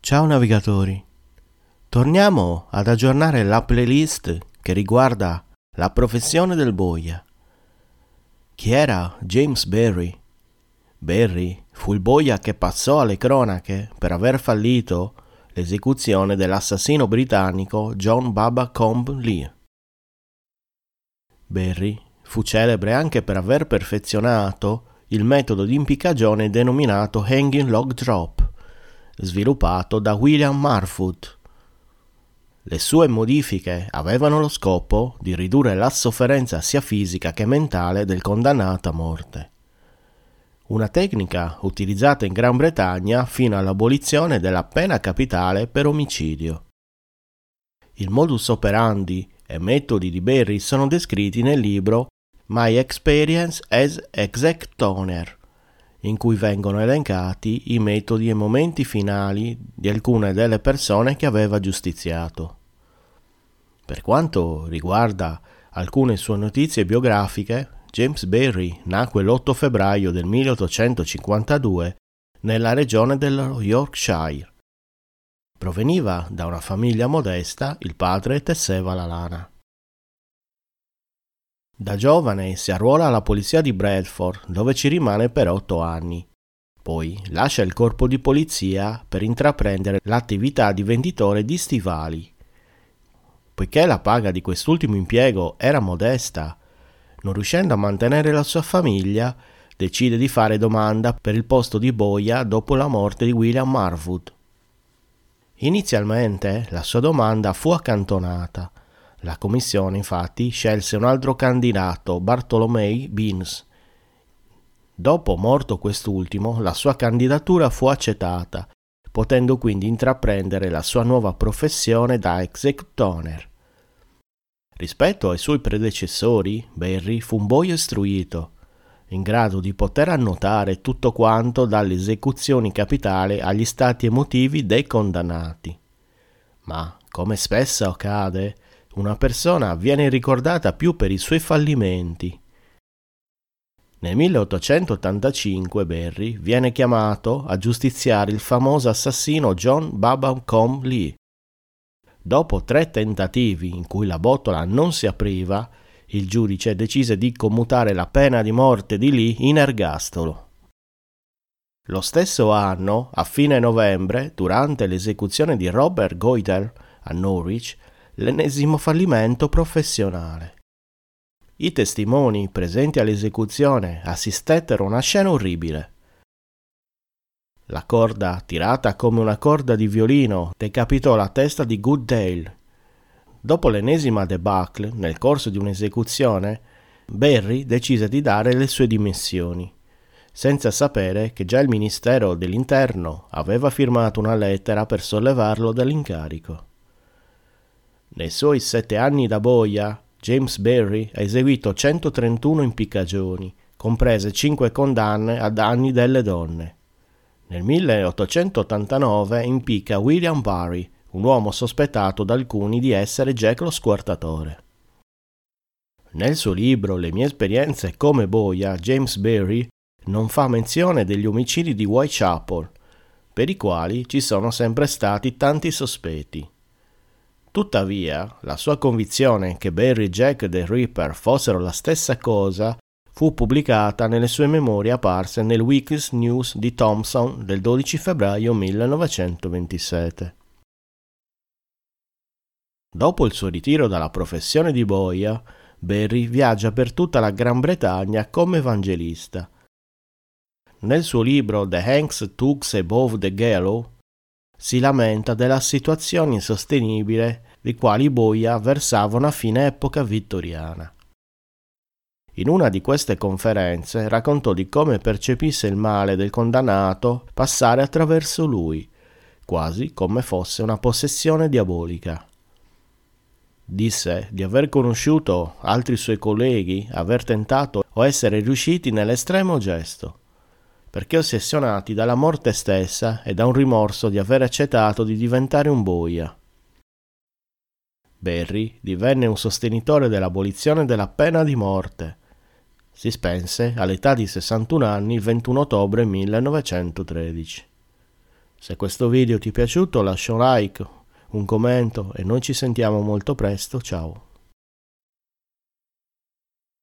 Ciao navigatori, torniamo ad aggiornare la playlist che riguarda la professione del boia. Chi era James Berry? Berry fu il boia che passò alle cronache per aver fallito l'esecuzione dell'assassino britannico John Baba Combe Lee. Berry fu celebre anche per aver perfezionato il metodo di impiccagione denominato Hanging Log Drop, sviluppato da William Marfoot. Le sue modifiche avevano lo scopo di ridurre la sofferenza sia fisica che mentale del condannato a morte. Una tecnica utilizzata in Gran Bretagna fino all'abolizione della pena capitale per omicidio. Il modus operandi e metodi di Berry sono descritti nel libro My Experience as Executioner, in cui vengono elencati i metodi e momenti finali di alcune delle persone che aveva giustiziato. Per quanto riguarda alcune sue notizie biografiche, James Berry nacque l'8 febbraio del 1852 nella regione dello Yorkshire. Proveniva da una famiglia modesta, il padre tesseva la lana. Da giovane si arruola alla polizia di Bradford, dove ci rimane per 8 anni. Poi lascia il corpo di polizia per intraprendere l'attività di venditore di stivali. Poiché la paga di quest'ultimo impiego era modesta, non riuscendo a mantenere la sua famiglia, decide di fare domanda per il posto di boia dopo la morte di William Marfoot. Inizialmente la sua domanda fu accantonata. La commissione infatti scelse un altro candidato, Bartholomew Beans. Dopo morto quest'ultimo, la sua candidatura fu accettata, potendo quindi intraprendere la sua nuova professione da executioner. Rispetto ai suoi predecessori, Berry fu un boia istruito, in grado di poter annotare tutto quanto dalle esecuzioni capitali agli stati emotivi dei condannati. Ma, come spesso accade, una persona viene ricordata più per i suoi fallimenti. Nel 1885 Berry viene chiamato a giustiziare il famoso assassino John Baba Combe Lee. Dopo 3 tentativi in cui la botola non si apriva, il giudice decise di commutare la pena di morte di Lee in ergastolo. Lo stesso anno, a fine novembre, durante l'esecuzione di Robert Goiter a Norwich, l'ennesimo fallimento professionale. I testimoni presenti all'esecuzione assistettero a una scena orribile. La corda, tirata come una corda di violino, decapitò la testa di Goodale. Dopo l'ennesima debacle, nel corso di un'esecuzione, Berry decise di dare le sue dimissioni, senza sapere che già il Ministero dell'Interno aveva firmato una lettera per sollevarlo dall'incarico. Nei suoi 7 anni da boia, James Berry ha eseguito 131 impiccagioni, comprese 5 condanne a danni delle donne. Nel 1889 impicca William Barry, un uomo sospettato da alcuni di essere Jack lo Squartatore. Nel suo libro Le mie esperienze come boia, James Berry non fa menzione degli omicidi di Whitechapel, per i quali ci sono sempre stati tanti sospetti. Tuttavia, la sua convinzione che Berry e Jack the Ripper fossero la stessa cosa fu pubblicata nelle sue memorie apparse nel Weekly News di Thompson del 12 febbraio 1927. Dopo il suo ritiro dalla professione di boia, Berry viaggia per tutta la Gran Bretagna come evangelista. Nel suo libro The Hanks Tugs Above the Gallows si lamenta della situazione insostenibile di quali i boia versavano a fine epoca vittoriana. In una di queste conferenze raccontò di come percepisse il male del condannato passare attraverso lui, quasi come fosse una possessione diabolica. Disse di aver conosciuto altri suoi colleghi, aver tentato o essere riusciti nell'estremo gesto, perché ossessionati dalla morte stessa e da un rimorso di aver accettato di diventare un boia. Berry divenne un sostenitore dell'abolizione della pena di morte. Si spense all'età di 61 anni il 21 ottobre 1913. Se questo video ti è piaciuto lascia un like, un commento e noi ci sentiamo molto presto, ciao.